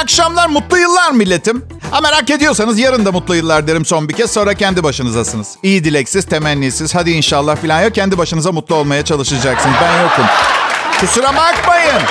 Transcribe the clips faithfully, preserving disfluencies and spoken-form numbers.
akşamlar, mutlu yıllar milletim. Ha, merak ediyorsanız yarın da mutlu yıllar derim son bir kez. Sonra kendi başınızasınız. İyi dileksiz, temennisiz, hadi inşallah falan yok. Kendi başınıza mutlu olmaya çalışacaksınız. Ben yokum. Kusura bakmayın.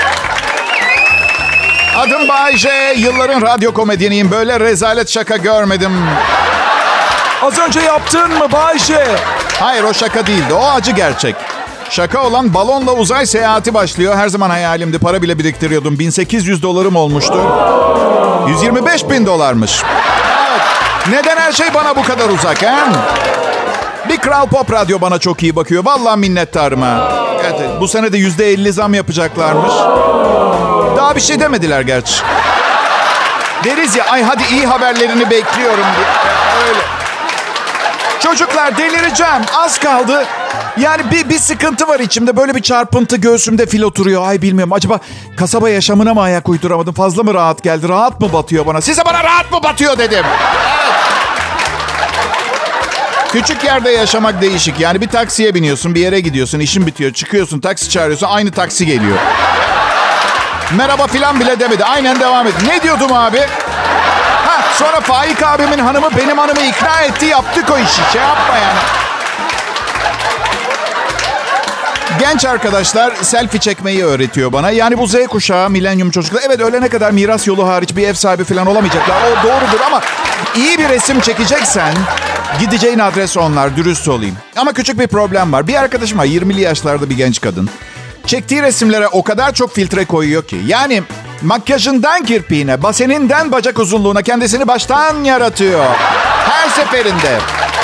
Adım Bay J. Yılların radyo komedyeniyim. Böyle rezalet şaka görmedim. Az önce yaptın mı Bay J? Hayır, o şaka değildi. O acı gerçek. Şaka olan balonla uzay seyahati başlıyor. Her zaman hayalimdi. Para bile biriktiriyordum. bin sekiz yüz dolarım olmuştu. yüz yirmi beş bin dolarmış. Evet. Neden her şey bana bu kadar uzak he? Bir Kral Pop Radyo bana çok iyi bakıyor. Vallahi minnettarım ha. Evet, bu sene de yüzde elli zam yapacaklarmış. Daha bir şey demediler gerçi. Deriz ya, ay hadi iyi haberlerini bekliyorum diye. Öyle. Çocuklar delireceğim. Az kaldı. Yani bir, bir sıkıntı var içimde. Böyle bir çarpıntı, göğsümde fil oturuyor. Ay bilmiyorum. Acaba kasaba yaşamına mı ayak uyduramadım? Fazla mı rahat geldi? Rahat mı batıyor bana? Size bana rahat mı batıyor dedim. Evet. Küçük yerde yaşamak değişik. Yani bir taksiye biniyorsun, bir yere gidiyorsun, işin bitiyor. Çıkıyorsun, taksi çağırıyorsun, aynı taksi geliyor. Merhaba filan bile demedi. Aynen devam et. Ne diyordum abi? Ha, sonra Faik abimin hanımı benim hanımı ikna etti. Yaptık o işi. Şey yapma yani. Genç arkadaşlar selfie çekmeyi öğretiyor bana. Yani bu Z kuşağı, milenyum çocuklar. Evet, ölene kadar miras yolu hariç bir ev sahibi falan olamayacaklar. O doğrudur ama iyi bir resim çekeceksen gideceğin adres onlar. Dürüst olayım. Ama küçük bir problem var. Bir arkadaşım var, yirmili yaşlarda bir genç kadın. Çektiği resimlere o kadar çok filtre koyuyor ki. Yani makyajından kirpiğine, baseninden bacak uzunluğuna kendisini baştan yaratıyor. Her seferinde.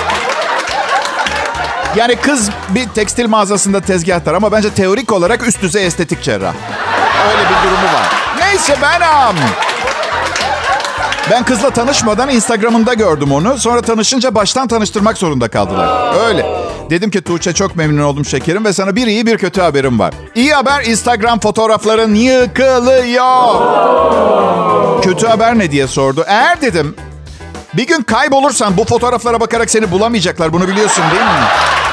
Yani kız bir tekstil mağazasında tezgahtar ama bence teorik olarak üst düzey estetik cerrah. Öyle bir durumu var. Neyse benim. Ben kızla tanışmadan Instagram'ında gördüm onu. Sonra tanışınca baştan tanıştırmak zorunda kaldılar. Öyle. Dedim ki Tuğçe, çok memnun oldum şekerim ve sana bir iyi bir kötü haberim var. İyi haber, Instagram fotoğrafların yıkılıyor. Kötü haber ne diye sordu. Eğer dedim bir gün kaybolursan bu fotoğraflara bakarak seni bulamayacaklar. Bunu biliyorsun değil mi?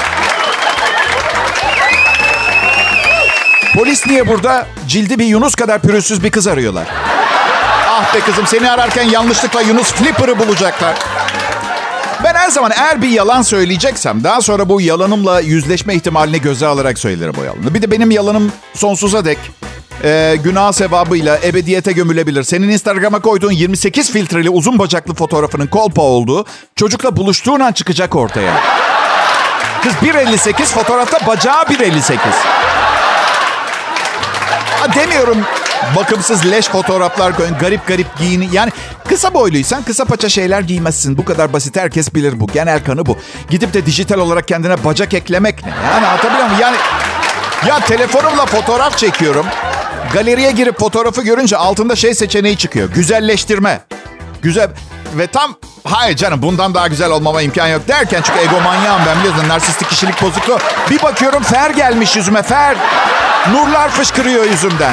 Polis niye burada? Cildi bir Yunus kadar pürüzsüz bir kız arıyorlar. Ah be kızım, seni ararken yanlışlıkla Yunus Flipper'ı bulacaklar. Ben her zaman eğer bir yalan söyleyeceksem daha sonra bu yalanımla yüzleşme ihtimalini göze alarak söylerim o yalanı. Bir de benim yalanım sonsuza dek e, günah sevabıyla ebediyete gömülebilir. Senin Instagram'a koyduğun yirmi sekiz filtreli uzun bacaklı fotoğrafının kolpa olduğu çocukla buluştuğun an çıkacak ortaya. Kız bir elli sekiz, fotoğrafta bacağı bir elli sekiz. Ha, demiyorum bakımsız leş fotoğraflar koyun, garip garip giyini. Yani kısa boyluysan kısa paça şeyler giymezsin. Bu kadar basit, herkes bilir bu. Genel kanı bu. Gidip de dijital olarak kendine bacak eklemek ne? Yani anlatabiliyor muyum? Yani ya telefonumla fotoğraf çekiyorum. Galeriye girip fotoğrafı görünce altında şey seçeneği çıkıyor. Güzelleştirme. Güzel ve tam hayır canım bundan daha güzel olmama imkan yok derken, çünkü egomanyağım ben, biliyorsun, narsistik kişilik bozukluğu. Bir bakıyorum fer gelmiş yüzüme, fer. Nurlar fışkırıyor yüzümden.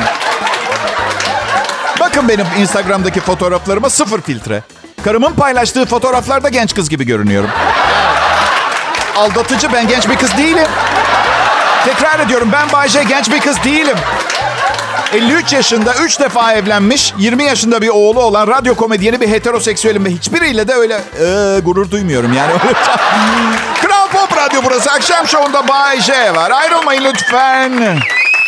Bakın benim Instagram'daki fotoğraflarıma, sıfır filtre. Karımın paylaştığı fotoğraflarda genç kız gibi görünüyorum. Aldatıcı, ben genç bir kız değilim. Tekrar ediyorum, ben Bay J genç bir kız değilim. elli üç yaşında, üç defa evlenmiş, yirmi yaşında bir oğlu olan radyo komedyeni bir heteroseksüelim ve hiçbiriyle de öyle ee, gurur duymuyorum yani. Kral Pop Radyo burası. Akşam şovunda Bay J var. Ayrılmayın lütfen.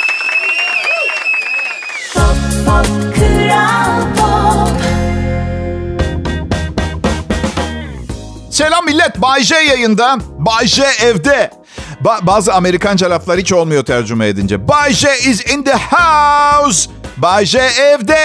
Selam millet. Bay J yayında. Bay J evde. Ba- bazı Amerikanca laflar hiç olmuyor tercüme edince. Bay J is in the house. Bay J evde.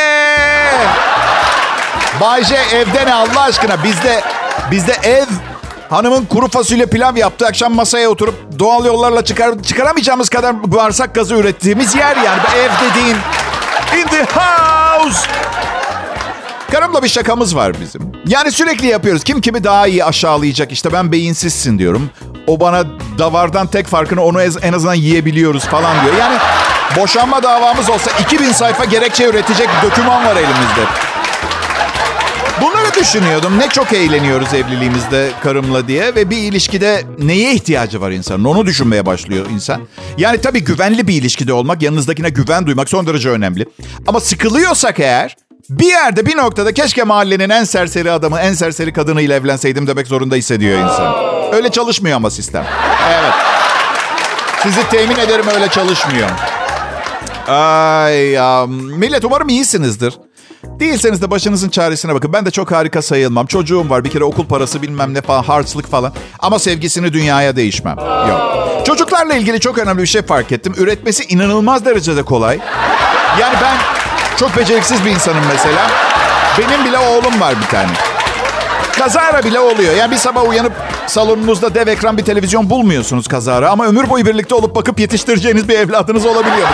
Bay J evde ne Allah aşkına? Bizde bizde ev, hanımın kuru fasulye pilav yaptı. Akşam masaya oturup doğal yollarla çıkar, çıkaramayacağımız kadar bağırsak gazı ürettiğimiz yer yani. Ev dediğin in the house. Karımla bir şakamız var bizim. Yani sürekli yapıyoruz. Kim kimi daha iyi aşağılayacak. İşte ben beyinsizsin diyorum. O bana davardan tek farkını onu en azından yiyebiliyoruz falan diyor. Yani boşanma davamız olsa iki bin sayfa gerekçe üretecek doküman var elimizde. Bunları düşünüyordum. Ne çok eğleniyoruz evliliğimizde karımla diye. Ve bir ilişkide neye ihtiyacı var insanın? Onu düşünmeye başlıyor insan. Yani tabii güvenli bir ilişkide olmak, yanınızdakine güven duymak son derece önemli. Ama sıkılıyorsak eğer, Bir yerde, bir noktada keşke mahallenin en serseri adamı, en serseri kadınıyla evlenseydim demek zorunda hissediyor insan. Öyle çalışmıyor ama sistem. Evet. Sizi temin ederim, öyle çalışmıyor. Ay ya. Millet, umarım iyisinizdir. Değilseniz de başınızın çaresine bakın. Ben de çok harika sayılmam. Çocuğum var, bir kere okul parası bilmem ne falan, harçlık falan. Ama sevgisini dünyaya değişmem. Yok. Çocuklarla ilgili çok önemli bir şey fark ettim. Üretmesi inanılmaz derecede kolay. Yani ben çok beceriksiz bir insanım mesela. Benim bile oğlum var bir tane. Kazara bile oluyor. Yani bir sabah uyanıp salonunuzda dev ekran bir televizyon bulmuyorsunuz kazara. Ama ömür boyu birlikte olup bakıp yetiştireceğiniz bir evladınız olabiliyor.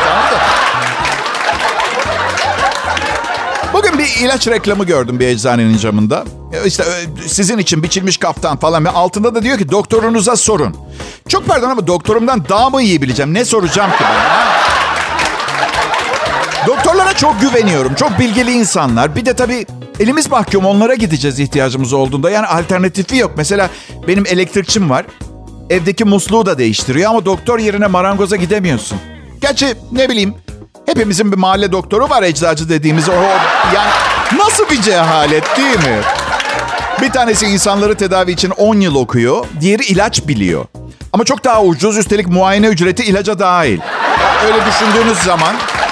Bugün bir ilaç reklamı gördüm bir eczanenin camında. İşte sizin için biçilmiş kaftan falan. Ve altında da diyor ki doktorunuza sorun. Çok pardon ama doktorumdan daha mı iyi bileceğim? Ne soracağım ki ben? Ha? Doktorlara çok güveniyorum. Çok bilgili insanlar. Bir de tabii elimiz mahkum, onlara gideceğiz ihtiyacımız olduğunda. Yani alternatifi yok. Mesela benim elektrikçim var. Evdeki musluğu da değiştiriyor ama doktor yerine marangoza gidemiyorsun. Gerçi ne bileyim, hepimizin bir mahalle doktoru var, eczacı dediğimiz. O, yani nasıl bir cehalet değil mi? Bir tanesi insanları tedavi için on yıl okuyor. Diğeri ilaç biliyor. Ama çok daha ucuz, üstelik muayene ücreti ilaca dahil. Öyle düşündüğünüz zaman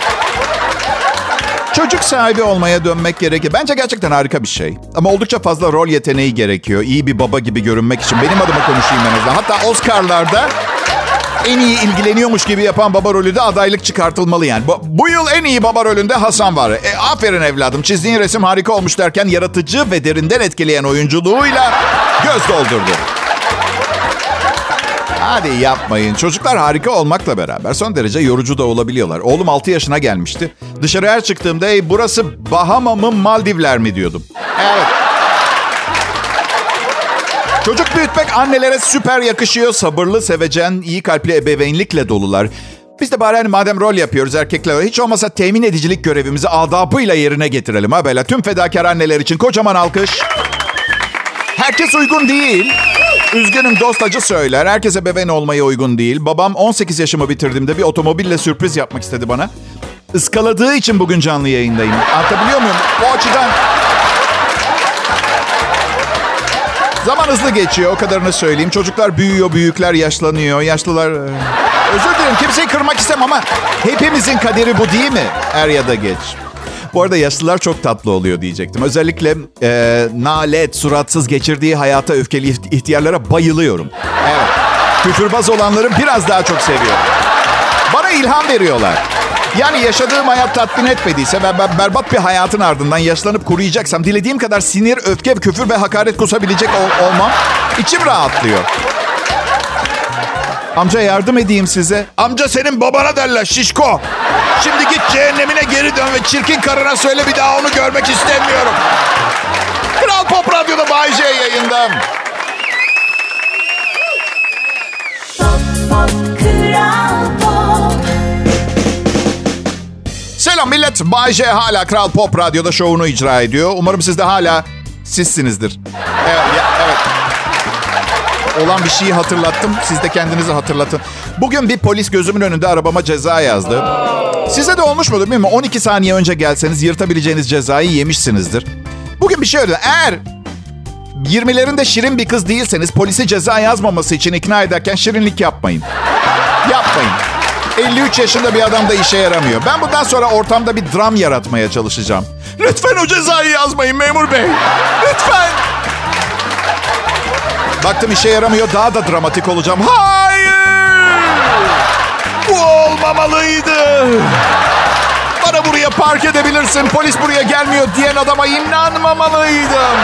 çocuk sahibi olmaya dönmek gerekir. Bence gerçekten harika bir şey. Ama oldukça fazla rol yeteneği gerekiyor. İyi bir baba gibi görünmek için. Benim adıma konuşayım en azından. Hatta Oscar'larda en iyi ilgileniyormuş gibi yapan baba rolü de adaylık çıkartılmalı yani. Bu, bu yıl en iyi baba rolünde Hasan var. E, aferin evladım, çizdiğin resim harika olmuş derken yaratıcı ve derinden etkileyen oyunculuğuyla göz doldurdu. Hadi yapmayın. Çocuklar harika olmakla beraber son derece yorucu da olabiliyorlar. Oğlum altı yaşına gelmişti. Dışarı her çıktığımda hey, burası Bahama mı Maldivler mi diyordum. Evet. Çocuk büyütmek annelere süper yakışıyor. Sabırlı, sevecen, iyi kalpli ebeveynlikle dolular. Biz de bari hani madem rol yapıyoruz erkekler, hiç olmasa temin edicilik görevimizi adabıyla yerine getirelim. Ha böyle tüm fedakar anneler için kocaman alkış. Herkes uygun değil. Üzgünüm, dost acı söyler. Herkese ebeveyn olmaya uygun değil. Babam on sekiz yaşımı bitirdiğimde bir otomobille sürpriz yapmak istedi bana. Iskaladığı için bugün canlı yayındayım. Anlatabiliyor muyum? Bu açıdan zaman hızlı geçiyor, o kadarını söyleyeyim. Çocuklar büyüyor, büyükler yaşlanıyor. Yaşlılar... Özür dilerim, kimseyi kırmak istemem ama hepimizin kaderi bu değil mi? Er ya da geç. Bu arada yaşlılar çok tatlı oluyor diyecektim. Özellikle e, nalet, suratsız geçirdiği hayata öfkeli ihtiyarlara bayılıyorum. Evet. Küfürbaz olanları biraz daha çok seviyorum. Bana ilham veriyorlar. Yani yaşadığım hayat tatmin etmediyse ve ben berbat bir hayatın ardından yaşlanıp kuruyacaksam dilediğim kadar sinir, öfke, küfür ve hakaret kusabilecek ol- olmam içim rahatlıyor. Amca yardım edeyim size. Amca senin babana derler şişko. Şimdi git cehennemine geri dön ve çirkin karına söyle, bir daha onu görmek istemiyorum. Kral Pop Radyo'da Bay J yayında. Pop, pop, Kral Pop. Selam millet. Bay J hala Kral Pop Radyo'da şovunu icra ediyor. Umarım siz de hala sizsinizdir. Evet, ya, evet. Olan bir şeyi hatırlattım. Siz de kendinizi hatırlatın. Bugün bir polis gözümün önünde arabama ceza yazdı. Size de olmuş mudur bilmiyorum. on iki saniye önce gelseniz yırtabileceğiniz cezayı yemişsinizdir. Bugün bir şey öyle. Eğer yirmilerinde şirin bir kız değilseniz polisi ceza yazmaması için ikna ederken şirinlik yapmayın. Yapmayın. elli üç yaşında bir adam da işe yaramıyor. Ben bundan sonra ortamda bir dram yaratmaya çalışacağım. Lütfen o cezayı yazmayın memur bey. Lütfen. Baktım işe yaramıyor, daha da dramatik olacağım. Hayır! Bu olmamalıydı. Bana buraya park edebilirsin, polis buraya gelmiyor diyen adama inanmamalıydım.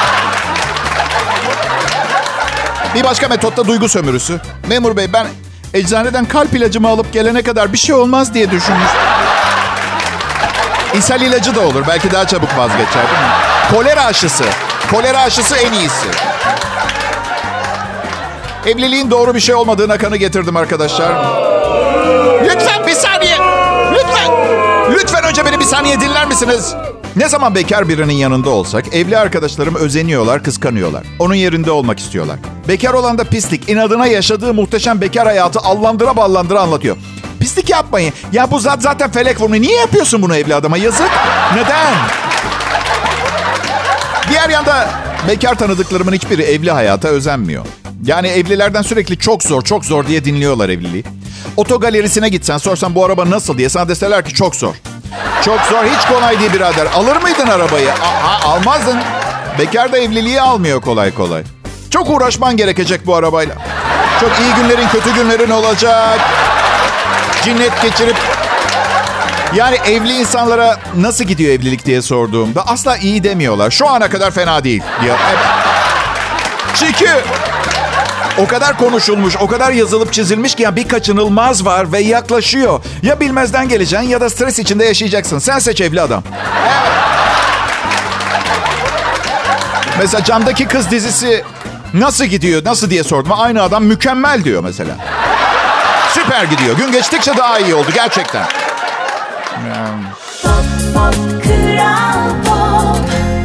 Bir başka metotta duygu sömürüsü. Memur bey, ben eczaneden kalp ilacımı alıp gelene kadar bir şey olmaz diye düşünmüştüm. İshal ilacı da olur. Belki daha çabuk vazgeçer değil mi? Kolera aşısı. Kolera aşısı en iyisi. Evliliğin doğru bir şey olmadığına kanı getirdim arkadaşlar. Lütfen bir saniye. Lütfen. Lütfen önce beni bir saniye dinler misiniz? Ne zaman bekar birinin yanında olsak evli arkadaşlarım özeniyorlar, kıskanıyorlar. Onun yerinde olmak istiyorlar. Bekar olan da pislik. İnadına yaşadığı muhteşem bekar hayatı allandıra ballandıra anlatıyor. Pislik yapmayın. Ya bu zat zaten felek vurmuyor. Niye yapıyorsun bunu evli adama? Yazık. Neden? Diğer yanda bekar tanıdıklarımın hiçbiri evli hayata özenmiyor. Yani evlilerden sürekli çok zor, çok zor diye dinliyorlar evliliği. Otogalerisine gitsen, sorsan bu araba nasıl diye, sana deseler ki çok zor. Çok zor, hiç kolay değil birader. Alır mıydın arabayı? Aa, almazdın. Bekar da evliliği almıyor kolay kolay. Çok uğraşman gerekecek bu arabayla. Çok iyi günlerin, kötü günlerin olacak. Cinnet geçirip... Yani evli insanlara nasıl gidiyor evlilik diye sorduğumda asla iyi demiyorlar. Şu ana kadar fena değil diyor. Evet. Çünkü o kadar konuşulmuş, o kadar yazılıp çizilmiş ki ya bir kaçınılmaz var ve yaklaşıyor. Ya bilmezden geleceksin ya da stres içinde yaşayacaksın. Sen seç evli adam. Evet. Mesela Camdaki Kız dizisi nasıl gidiyor, nasıl diye sordum. Aynı adam mükemmel diyor mesela. Süper gidiyor. Gün geçtikçe daha iyi oldu gerçekten. Pop, pop, Kral Pop.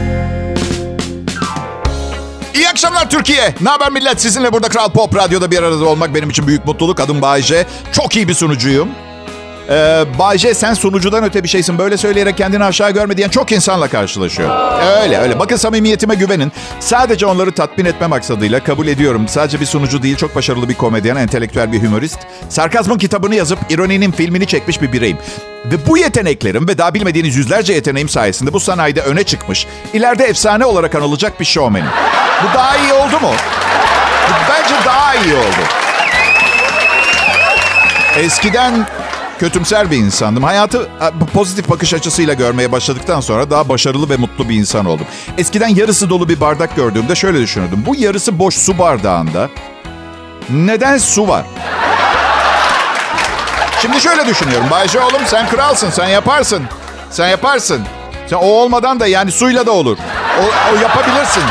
İyi akşamlar Türkiye. Ne haber millet? Sizinle burada Kral Pop Radyo'da bir arada olmak benim için büyük mutluluk. Adım Bay J. Çok iyi bir sunucuyum. Ee, Bay J, sen sunucudan öte bir şeysin. Böyle söyleyerek kendini aşağı görme diyen çok insanla karşılaşıyorum. Öyle öyle. Bakın, samimiyetime güvenin. Sadece onları tatmin etme maksadıyla kabul ediyorum. Sadece bir sunucu değil, çok başarılı bir komedyen, entelektüel bir humorist. Sarkazmın kitabını yazıp ironinin filmini çekmiş bir bireyim. Ve bu yeteneklerim ve daha bilmediğiniz yüzlerce yeteneğim sayesinde bu sanayide öne çıkmış, İleride efsane olarak anılacak bir şovmenim. Bu daha iyi oldu mu? Bu bence daha iyi oldu. Eskiden kötümser bir insandım. Hayatı pozitif bakış açısıyla görmeye başladıktan sonra daha başarılı ve mutlu bir insan oldum. Eskiden yarısı dolu bir bardak gördüğümde şöyle düşünürdüm. Bu yarısı boş su bardağında neden su var? Şimdi şöyle düşünüyorum. Bayce oğlum, sen kralsın, sen yaparsın. Sen yaparsın. Sen o olmadan da yani suyla da olur. O, o yapabilirsin.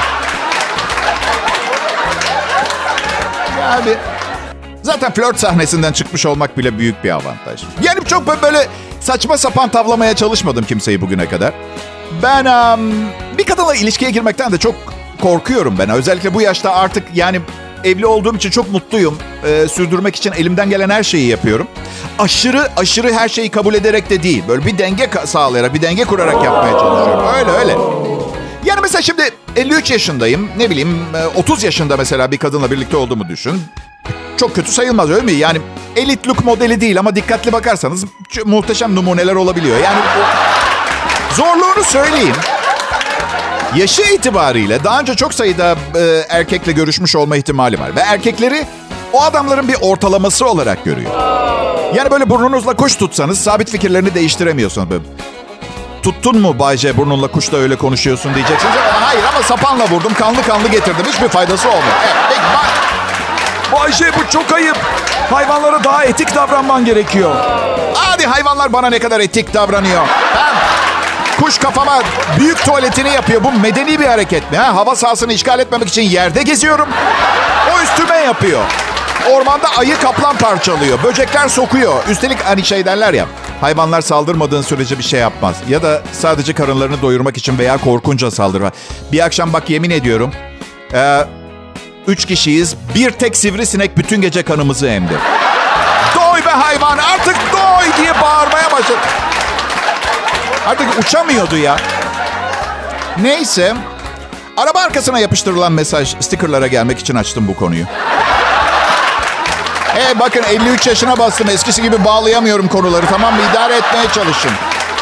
Yani zaten flört sahnesinden çıkmış olmak bile büyük bir avantaj. Yani çok böyle saçma sapan tavlamaya çalışmadım kimseyi bugüne kadar. Ben um, bir kadınla ilişkiye girmekten de çok korkuyorum ben. Özellikle bu yaşta artık yani evli olduğum için çok mutluyum. Ee, sürdürmek için elimden gelen her şeyi yapıyorum. Aşırı aşırı her şeyi kabul ederek de değil. Böyle bir denge sağlayarak, bir denge kurarak yapmaya çalışıyorum. Öyle öyle. Yani mesela şimdi elli üç yaşındayım. Ne bileyim otuz yaşında mesela bir kadınla birlikte olduğumu düşün. Çok kötü sayılmaz, öyle mi? Yani elit look modeli değil ama dikkatli bakarsanız muhteşem numuneler olabiliyor. Yani o zorluğunu söyleyeyim. Yaşı itibariyle daha önce çok sayıda e, erkekle görüşmüş olma ihtimali var. Ve erkekleri o adamların bir ortalaması olarak görüyor. Yani böyle burnunuzla kuş tutsanız sabit fikirlerini değiştiremiyorsunuz. Böyle, tuttun mu Bay J, burnunla kuşla öyle konuşuyorsun diyeceksiniz. Hayır ama sapanla vurdum, kanlı kanlı getirdim. Hiçbir faydası olmuyor. Evet, peki, bak. Bay J, bu çok ayıp. Hayvanlara daha etik davranman gerekiyor. Hadi hayvanlar bana ne kadar etik davranıyor. Ha? Kuş kafama büyük tuvaletini yapıyor. Bu medeni bir hareket mi? Ha? Hava sahasını işgal etmemek için yerde geziyorum. O üstüme yapıyor. Ormanda ayı kaplan parçalıyor. Böcekler sokuyor. Üstelik hani şey derler ya. Hayvanlar saldırmadığın sürece bir şey yapmaz. Ya da sadece karınlarını doyurmak için veya korkunca saldırır. Bir akşam bak yemin ediyorum. Ee, üç kişiyiz. Bir tek sivrisinek bütün gece kanımızı emdi. Doy be hayvan, artık doy diye bağırmaya başladı. Artık uçamıyordu ya. Neyse. Araba arkasına yapıştırılan mesaj stickerlara gelmek için açtım bu konuyu. Hey bakın, elli üç yaşına bastım. Eskisi gibi bağlayamıyorum konuları, tamam mı? İdare etmeye çalışın.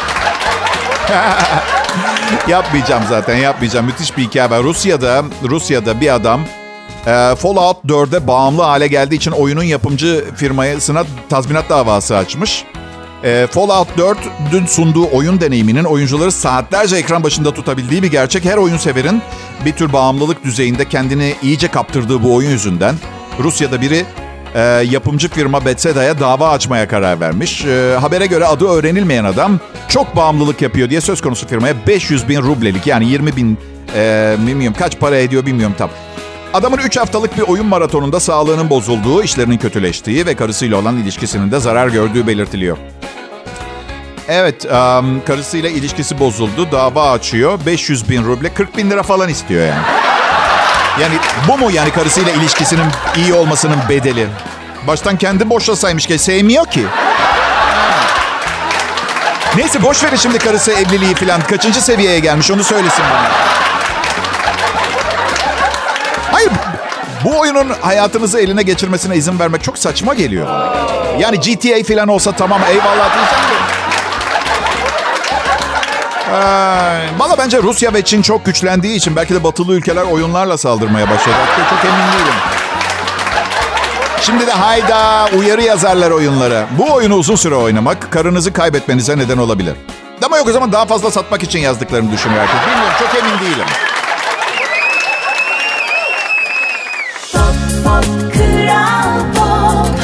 Yapmayacağım zaten, yapmayacağım. Müthiş bir hikaye var. Rusya'da, Rusya'da bir adam e, Fallout dörde bağımlı hale geldiği için oyunun yapımcı firmasına tazminat davası açmış. E, Fallout dört dün sunduğu oyun deneyiminin oyuncuları saatlerce ekran başında tutabildiği bir gerçek. Her oyun severin bir tür bağımlılık düzeyinde kendini iyice kaptırdığı bu oyun yüzünden Rusya'da biri e, yapımcı firma Bethesda'ya dava açmaya karar vermiş. E, habere göre adı öğrenilmeyen adam çok bağımlılık yapıyor diye söz konusu firmaya beş yüz bin rublelik, yani yirmi bin e, bilmiyorum kaç para ediyor bilmiyorum tam. Adamın üç haftalık bir oyun maratonunda sağlığının bozulduğu, işlerinin kötüleştiği ve karısıyla olan ilişkisinin de zarar gördüğü belirtiliyor. Evet, um, karısıyla ilişkisi bozuldu. Dava açıyor. beş yüz bin ruble, kırk bin lira falan istiyor yani. Yani bu mu yani karısıyla ilişkisinin iyi olmasının bedeli? Baştan kendi boşlasaymış ki, sevmiyor ki. Neyse boş verin şimdi karısı, evliliği falan. Kaçıncı seviyeye gelmiş onu söylesin bana. Bu oyunun hayatınızı eline geçirmesine izin vermek çok saçma geliyor. Yani G T A falan olsa tamam, eyvallah diyeceğim de. Ee, Valla bence Rusya ve Çin çok güçlendiği için belki de batılı ülkeler oyunlarla saldırmaya başlayacak. Çok emin değilim. Şimdi de hayda uyarı yazarlar oyunlara. Bu oyunu uzun süre oynamak karınızı kaybetmenize neden olabilir. Ama yok, o zaman daha fazla satmak için yazdıklarını düşünüyor herkes. Bilmiyorum, çok emin değilim. Pop, pop, Kral Pop.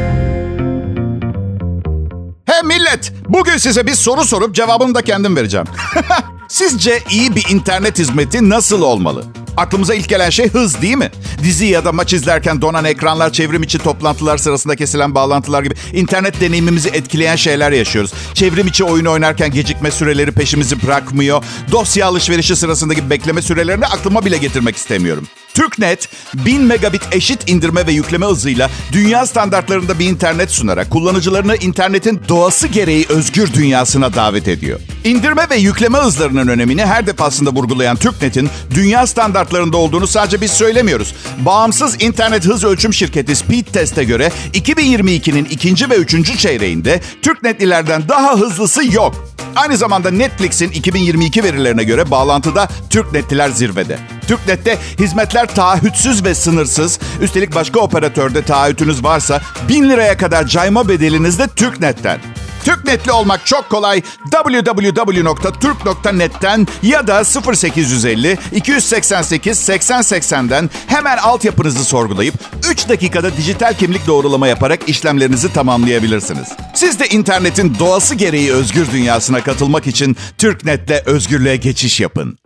He millet, bugün size bir soru sorup cevabını da kendim vereceğim. Sizce iyi bir internet hizmeti nasıl olmalı? Aklımıza ilk gelen şey hız değil mi? Dizi ya da maç izlerken donan ekranlar, çevrim içi toplantılar sırasında kesilen bağlantılar gibi internet deneyimimizi etkileyen şeyler yaşıyoruz. Çevrim içi oyun oynarken gecikme süreleri peşimizi bırakmıyor. Dosya alışverişi sırasındaki bekleme sürelerini aklıma bile getirmek istemiyorum. TürkNet, bin megabit eşit indirme ve yükleme hızıyla dünya standartlarında bir internet sunarak kullanıcılarını internetin doğası gereği özgür dünyasına davet ediyor. İndirme ve yükleme hızlarının önemini her defasında vurgulayan TürkNet'in dünya standartlarında olduğunu sadece biz söylemiyoruz. Bağımsız internet hız ölçüm şirketi Speedtest'e göre iki bin yirmi ikinin ikinci ve üçüncü çeyreğinde TürkNet'lilerden daha hızlısı yok. Aynı zamanda Netflix'in iki bin yirmi iki verilerine göre bağlantıda TürkNet'liler zirvede. TürkNet'te hizmetler taahhütsüz ve sınırsız. Üstelik başka operatörde taahhütünüz varsa bin liraya kadar cayma bedeliniz de TürkNet'ten. TürkNet'li olmak çok kolay. double-u double-u double-u nokta türk nokta net'ten ya da sıfır sekiz yüz elli iki yüz seksen sekiz seksen seksen'den hemen altyapınızı sorgulayıp üç dakikada dijital kimlik doğrulama yaparak işlemlerinizi tamamlayabilirsiniz. Siz de internetin doğası gereği özgür dünyasına katılmak için TürkNet'le özgürlüğe geçiş yapın.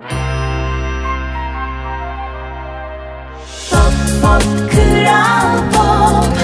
Pop, pop, Kral Pop.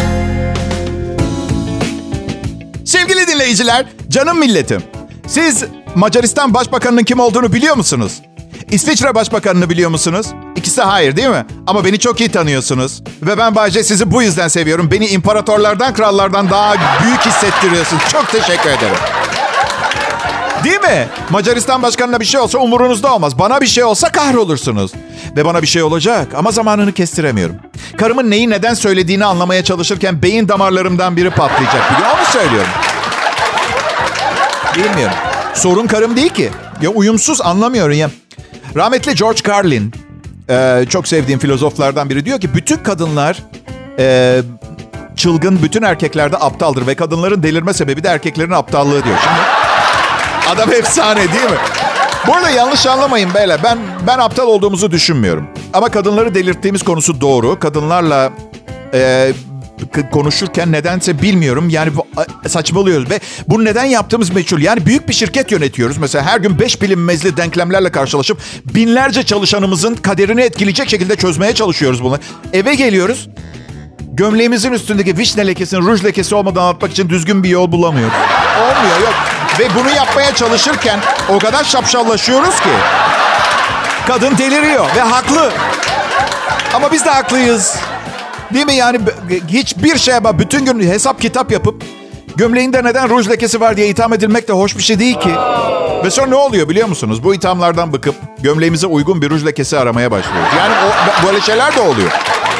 Sevgili dinleyiciler, canım milletim. Siz Macaristan Başbakanı'nın kim olduğunu biliyor musunuz? İsviçre Başbakanı'nı biliyor musunuz? İkisi de hayır değil mi? Ama beni çok iyi tanıyorsunuz. Ve ben Bay J sizi bu yüzden seviyorum. Beni imparatorlardan, krallardan daha büyük hissettiriyorsunuz. Çok teşekkür ederim. Değil mi? Macaristan Başkanı'na bir şey olsa umurunuzda olmaz. Bana bir şey olsa kahrolursunuz. Ve bana bir şey olacak ama zamanını kestiremiyorum. Karımın neyi neden söylediğini anlamaya çalışırken beyin damarlarımdan biri patlayacak biliyor. Onu söylüyorum. Bilmiyorum. Sorun karım değil ki. Ya uyumsuz, anlamıyorum ya. Rahmetli George Carlin, e, çok sevdiğim filozoflardan biri, diyor ki bütün kadınlar e, çılgın, bütün erkekler de aptaldır ve kadınların delirme sebebi de erkeklerin aptallığı diyor. Şimdi adam efsane değil mi? Bu arada yanlış anlamayın beyler. Ben ben aptal olduğumuzu düşünmüyorum. Ama kadınları delirttiğimiz konusu doğru. Kadınlarla e, konuşurken nedense bilmiyorum. Yani bu, saçmalıyoruz. Ve bunu neden yaptığımız meçhul. Yani büyük bir şirket yönetiyoruz. Mesela her gün beş bilinmezli denklemlerle karşılaşıp binlerce çalışanımızın kaderini etkileyecek şekilde çözmeye çalışıyoruz bunu. Eve geliyoruz. Gömleğimizin üstündeki vişne lekesinin ruj lekesi olmadan anlatmak için düzgün bir yol bulamıyoruz. Olmuyor, yok. Ve bunu yapmaya çalışırken o kadar şapşallaşıyoruz ki kadın deliriyor ve haklı. Ama biz de haklıyız. Değil mi yani, hiçbir şeye bak, bütün gün hesap kitap yapıp gömleğinde neden ruj lekesi var diye itham edilmek de hoş bir şey değil ki. Ve sonra ne oluyor biliyor musunuz? Bu ithamlardan bıkıp gömleğimize uygun bir ruj lekesi aramaya başlıyoruz. Yani o, böyle şeyler de oluyor.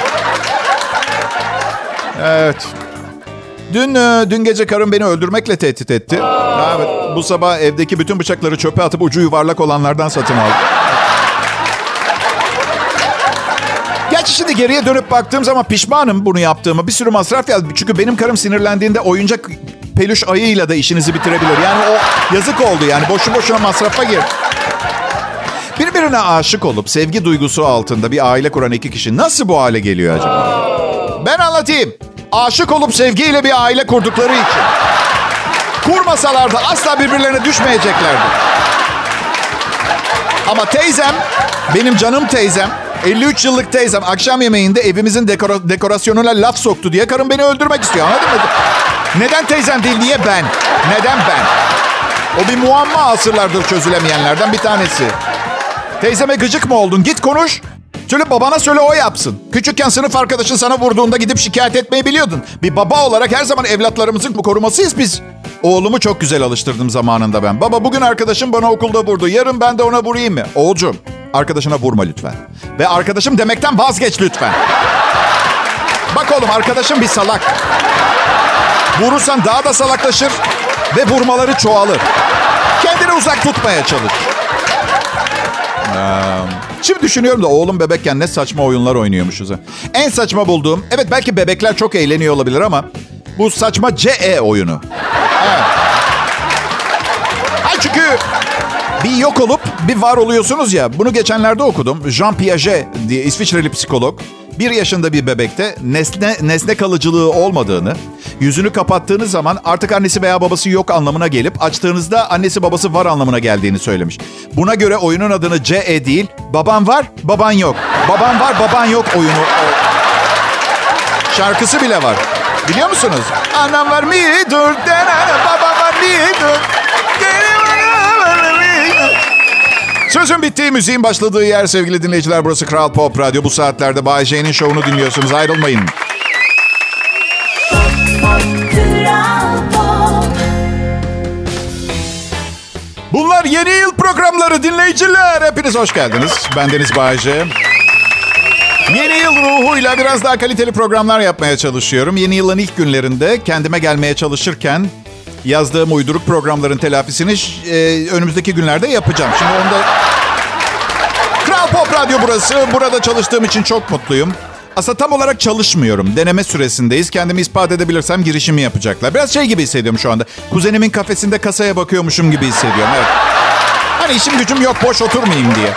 Evet. Dün dün gece karım beni öldürmekle tehdit etti. Evet, bu sabah evdeki bütün bıçakları çöpe atıp ucu yuvarlak olanlardan satın aldım. Gerçi şimdi geriye dönüp baktığım zaman pişmanım bunu yaptığıma. Bir sürü masraf yaptım. Çünkü benim karım sinirlendiğinde oyuncak peluş ayıyla da işinizi bitirebilir. Yani o yazık oldu yani. Boşu boşuna masrafa gir. Birbirine aşık olup sevgi duygusu altında bir aile kuran iki kişi nasıl bu hale geliyor acaba? Ben anlatayım. Aşık olup sevgiyle bir aile kurdukları için. Kurmasalardı asla birbirlerine düşmeyeceklerdi. Ama teyzem, benim canım teyzem, elli üç yıllık teyzem akşam yemeğinde evimizin dekora- dekorasyonuna laf soktu diye karım beni öldürmek istiyor. Anladın mı? Neden teyzem değil, niye ben? Neden ben? O bir muamma, asırlardır çözülemeyenlerden bir tanesi. Teyzeme gıcık mı oldun? Git konuş. Söyle babana, söyle o yapsın. Küçükken sınıf arkadaşın sana vurduğunda gidip şikayet etmeyi biliyordun. Bir baba olarak her zaman evlatlarımızın korumasıyız biz. Oğlumu çok güzel alıştırdım zamanında ben. Baba bugün arkadaşım bana okulda vurdu. Yarın ben de ona vurayım mı? Oğulcum, arkadaşına vurma lütfen. Ve arkadaşım demekten vazgeç lütfen. Bak oğlum, arkadaşım bir salak. Vurursan daha da salaklaşır ve vurmaları çoğalır. Kendini uzak tutmaya çalış. Ee, şimdi düşünüyorum da oğlum bebekken ne saçma oyunlar oynuyormuşuz. Ha. En saçma bulduğum, evet belki bebekler çok eğleniyor olabilir ama bu saçma C E oyunu. Evet. Ha çünkü bir yok olup bir var oluyorsunuz ya. Bunu geçenlerde okudum. Jean Piaget diye İsviçreli psikolog. Bir yaşında bir bebekte nesne, nesne kalıcılığı olmadığını, yüzünü kapattığınız zaman artık annesi veya babası yok anlamına gelip açtığınızda annesi babası var anlamına geldiğini söylemiş. Buna göre oyunun adını C E değil, baban var, baban yok. Baban var, baban yok oyunu. Şarkısı bile var. Biliyor musunuz? Anam var mı dur, babam var mı dur. Sözün bittiği, müziğin başladığı yer sevgili dinleyiciler. Burası Kral Pop Radyo. Bu saatlerde Bay J'nin şovunu dinliyorsunuz. Ayrılmayın. Bunlar yeni yıl programları dinleyiciler. Hepiniz hoş geldiniz. Bendeniz Bay J. Yeni yıl ruhuyla biraz daha kaliteli programlar yapmaya çalışıyorum. Yeni yılın ilk günlerinde kendime gelmeye çalışırken yazdığım uyduruk programların telafisini e, önümüzdeki günlerde yapacağım. Şimdi onda... Kral Pop Radyo burası. Burada çalıştığım için çok mutluyum. Aslında tam olarak çalışmıyorum. Deneme süresindeyiz. Kendimi ispat edebilirsem girişimi yapacaklar. Biraz şey gibi hissediyorum şu anda. Kuzenimin kafesinde kasaya bakıyormuşum gibi hissediyorum. Evet. Hani işim gücüm yok, boş oturmayayım diye.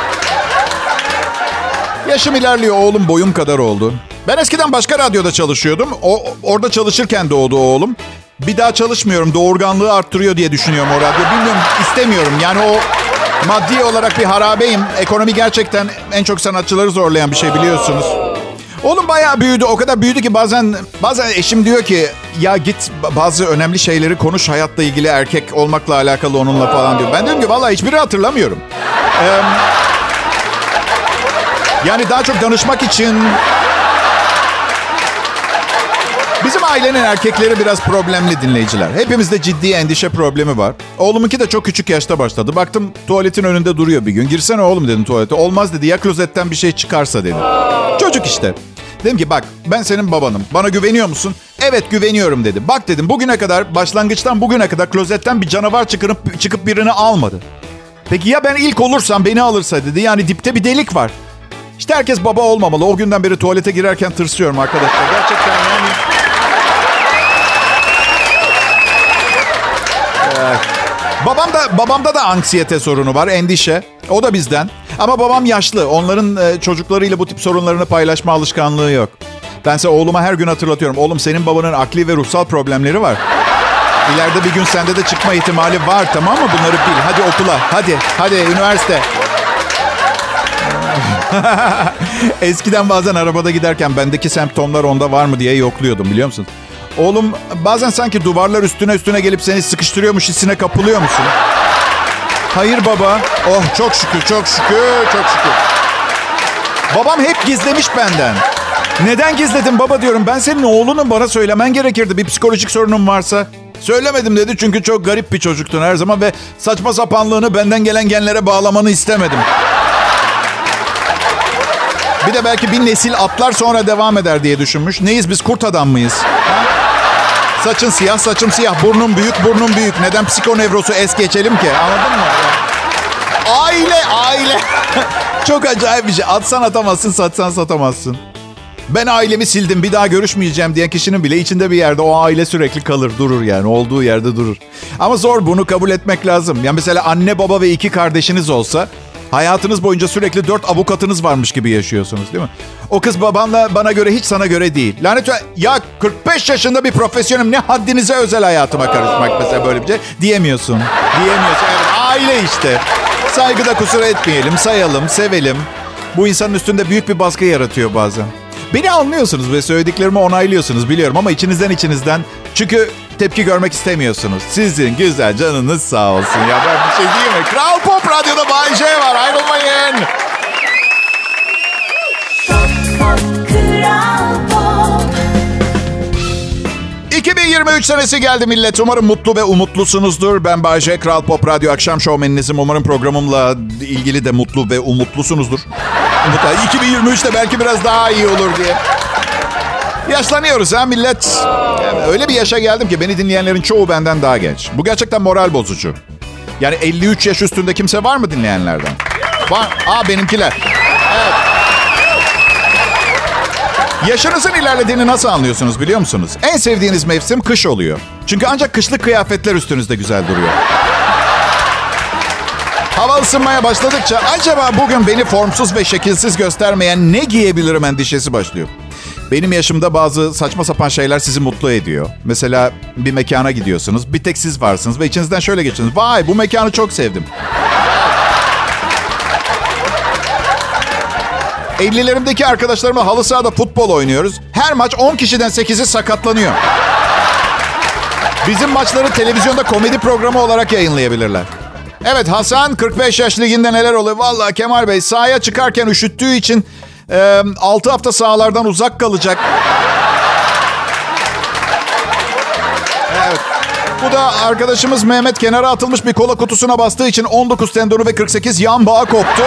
Yaşım ilerliyor. Oğlum boyum kadar oldu. Ben eskiden başka radyoda çalışıyordum. O, orada çalışırken doğdu oğlum. Bir daha çalışmıyorum. Doğurganlığı arttırıyor diye düşünüyorum o radyo. Bilmiyorum, istemiyorum. Yani o maddi olarak bir harabeyim. Ekonomi gerçekten en çok sanatçıları zorlayan bir şey, biliyorsunuz. Oğlum bayağı büyüdü. O kadar büyüdü ki bazen bazen eşim diyor ki ya git bazı önemli şeyleri konuş, hayatla ilgili, erkek olmakla alakalı onunla falan diyor. Ben diyorum ki vallahi hiçbiri hatırlamıyorum. Ee, yani daha çok danışmak için... Bizim ailenin erkekleri biraz problemli dinleyiciler. Hepimizde ciddi endişe problemi var. Oğlumunki de çok küçük yaşta başladı. Baktım tuvaletin önünde duruyor bir gün. Girsene oğlum dedim tuvalete. Olmaz dedi, ya klozetten bir şey çıkarsa dedi. Çocuk işte. Dedim ki bak ben senin babanım. Bana güveniyor musun? Evet güveniyorum dedi. Bak dedim bugüne kadar, başlangıçtan bugüne kadar klozetten bir canavar çıkıp, çıkıp birini almadı. Peki ya ben ilk olursam, beni alırsa dedi. Yani dipte bir delik var. İşte herkes baba olmamalı. O günden beri tuvalete girerken tırsıyorum arkadaşlar. Gerçekten yani... Babam da, babamda da anksiyete sorunu var, endişe. O da bizden. Ama babam yaşlı. Onların e, çocuklarıyla bu tip sorunlarını paylaşma alışkanlığı yok. Bense oğluma her gün hatırlatıyorum. Oğlum senin babanın akli ve ruhsal problemleri var. İleride bir gün sende de çıkma ihtimali var, tamam mı? Bunları bil. Hadi okula. Hadi. Hadi üniversite. Eskiden bazen arabada giderken bendeki semptomlar onda var mı diye yokluyordum, biliyor musun? Oğlum bazen sanki duvarlar üstüne üstüne gelip seni sıkıştırıyormuş hissine kapılıyor musun? Hayır baba. Oh çok şükür, çok şükür, çok şükür. Babam hep gizlemiş benden. Neden gizledin baba diyorum. Ben senin oğlunum, bana söylemen gerekirdi bir psikolojik sorunun varsa. Söylemedim dedi çünkü çok garip bir çocuktun her zaman ve saçma sapanlığını benden gelen genlere bağlamanı istemedim. Bir de belki bir nesil atlar sonra devam eder diye düşünmüş. Neyiz biz, kurt adam mıyız? Ha? Saçın siyah, saçım siyah. Burnum büyük, burnum büyük. Neden psikonevrosu es geçelim ki? Anladın mı? Aile, aile. Çok acayip bir şey. Atsan atamazsın, satsan satamazsın. Ben ailemi sildim, bir daha görüşmeyeceğim diyen kişinin bile içinde bir yerde o aile sürekli kalır, durur yani. Olduğu yerde durur. Ama zor, bunu kabul etmek lazım. Yani mesela anne, baba ve iki kardeşiniz olsa... Hayatınız boyunca sürekli dört avukatınız varmış gibi yaşıyorsunuz değil mi? O kız babanla bana göre hiç sana göre değil. Lanet ya kırk beş yaşında bir profesyonelim, ne haddinize özel hayatıma karışmak mesela, böyle bir şey diyemiyorsun. Diyemiyorsun. Evet, aile işte. Saygıda kusur etmeyelim, sayalım, sevelim. Bu insanın üstünde büyük bir baskı yaratıyor bazen. Beni anlıyorsunuz ve söylediklerimi onaylıyorsunuz biliyorum ama içinizden içinizden çünkü tepki görmek istemiyorsunuz. Sizin güzel canınız sağ olsun ya, ben bir şey diyeyim mi? Kral Pop Radyo'da Bay J var, ayrılmayın. Pop, pop, Kral Pop. iki bin yirmi üç senesi geldi millet. Umarım mutlu ve umutlusunuzdur. Ben Bay J, Kral Pop Radyo akşam şovmeninizim. Umarım programımla ilgili de mutlu ve umutlusunuzdur. iki bin yirmi üçte belki biraz daha iyi olur diye. Yaşlanıyoruz ha millet. Yani öyle bir yaşa geldim ki beni dinleyenlerin çoğu benden daha genç. Bu gerçekten moral bozucu. Yani elli üç yaş üstünde kimse var mı dinleyenlerden? Var. Aa benimkiler. Evet. Yaşınızın ilerlediğini nasıl anlıyorsunuz biliyor musunuz? En sevdiğiniz mevsim kış oluyor. Çünkü ancak kışlık kıyafetler üstünüzde güzel duruyor. Hava ısınmaya başladıkça acaba bugün beni formsuz ve şekilsiz göstermeyen ne giyebilirim endişesi başlıyor. Benim yaşımda bazı saçma sapan şeyler sizi mutlu ediyor. Mesela bir mekana gidiyorsunuz, bir tek siz varsınız ve içinizden şöyle geçiyorsunuz. Vay, bu mekanı çok sevdim. ellilerimdeki arkadaşlarımla halı sahada futbol oynuyoruz. Her maç on kişiden sekizi sakatlanıyor. Bizim maçları televizyonda komedi programı olarak yayınlayabilirler. Evet, Hasan kırk beş yaş liginde neler oluyor? Vallahi Kemal Bey sahaya çıkarken üşüttüğü için e, altı hafta sahalardan uzak kalacak. Evet. Bu da arkadaşımız Mehmet kenara atılmış bir kola kutusuna bastığı için on dokuz tendonu ve kırk sekiz yan bağı koptu.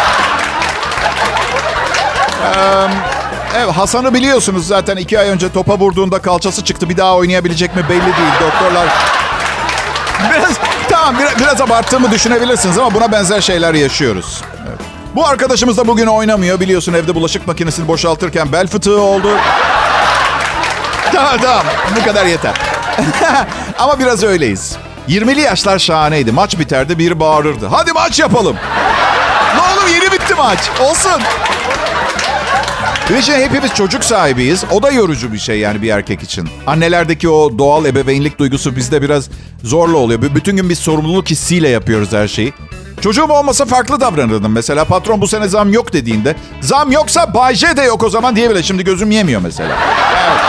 Ee, evet, Hasan'ı biliyorsunuz zaten iki ay önce topa vurduğunda kalçası çıktı. Bir daha oynayabilecek mi belli değil. Doktorlar... Biraz, tamam biraz, biraz abarttığımı düşünebilirsiniz ama buna benzer şeyler yaşıyoruz. Evet. Bu arkadaşımız da bugün oynamıyor. Biliyorsun evde bulaşık makinesini boşaltırken bel fıtığı oldu. Tamam tamam bu kadar yeter. Ama biraz öyleyiz. yirmili yaşlar şahaneydi. Maç biterdi biri bağırırdı. Hadi maç yapalım. Ne olur yeni bitti maç. Olsun. Bir şey hepimiz çocuk sahibiyiz. O da yorucu bir şey yani bir erkek için. Annelerdeki o doğal ebeveynlik duygusu bizde biraz zorla oluyor. Bütün gün biz sorumluluk hissiyle yapıyoruz her şeyi. Çocuğum olmasa farklı davranırdım. Mesela patron bu sene zam yok dediğinde zam yoksa Bay J de yok o zaman diye bile şimdi gözüm yemiyor mesela. Evet.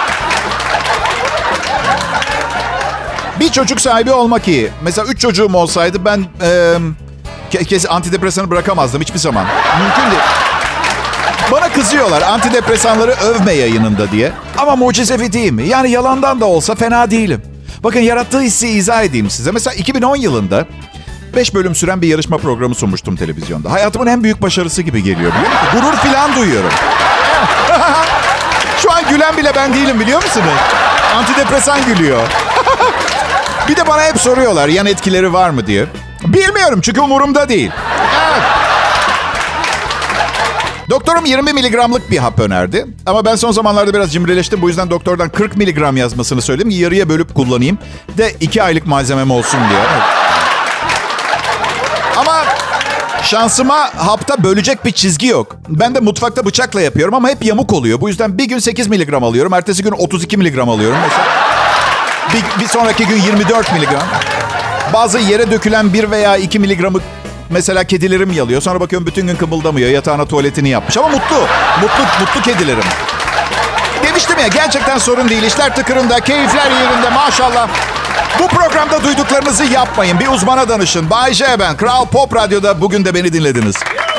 Bir çocuk sahibi olmak iyi. Mesela üç çocuğum olsaydı ben e, kes, antidepresanı bırakamazdım hiçbir zaman. Mümkün değil. Bana kızıyorlar antidepresanları övme yayınında diye. Ama mucizevi değil mi? Yani yalandan da olsa fena değilim. Bakın yarattığı hissi izah edeyim size. Mesela iki bin on yılında beş bölüm süren bir yarışma programı sunmuştum televizyonda. Hayatımın en büyük başarısı gibi geliyor biliyor musun? Gurur falan duyuyorum. Şu an gülen bile ben değilim biliyor musunuz? Antidepresan gülüyor. Bir de bana hep soruyorlar yan etkileri var mı diye. Bilmiyorum çünkü umurumda değil. Evet. Doktorum yirmi miligramlık bir hap önerdi. Ama ben son zamanlarda biraz cimrileştim. Bu yüzden doktordan kırk miligram yazmasını söyledim. Yarıya bölüp kullanayım. De iki aylık malzemem olsun diye. Ama şansıma hapta bölecek bir çizgi yok. Ben de mutfakta bıçakla yapıyorum ama hep yamuk oluyor. Bu yüzden bir gün sekiz miligram alıyorum. Ertesi gün otuz iki miligram alıyorum. Mesela bir, bir sonraki gün yirmi dört miligram. Bazı yere dökülen bir veya iki miligramı mesela kedilerim yalıyor. Sonra bakıyorum bütün gün kımıldamıyor. Yatağına tuvaletini yapmış. Ama mutlu. Mutlu, mutlu kedilerim. Demiştim ya gerçekten sorun değil. İşler tıkırında, keyifler yerinde maşallah. Bu programda duyduklarınızı yapmayın. Bir uzmana danışın. Bay J ben. Kral Pop Radyo'da bugün de beni dinlediniz.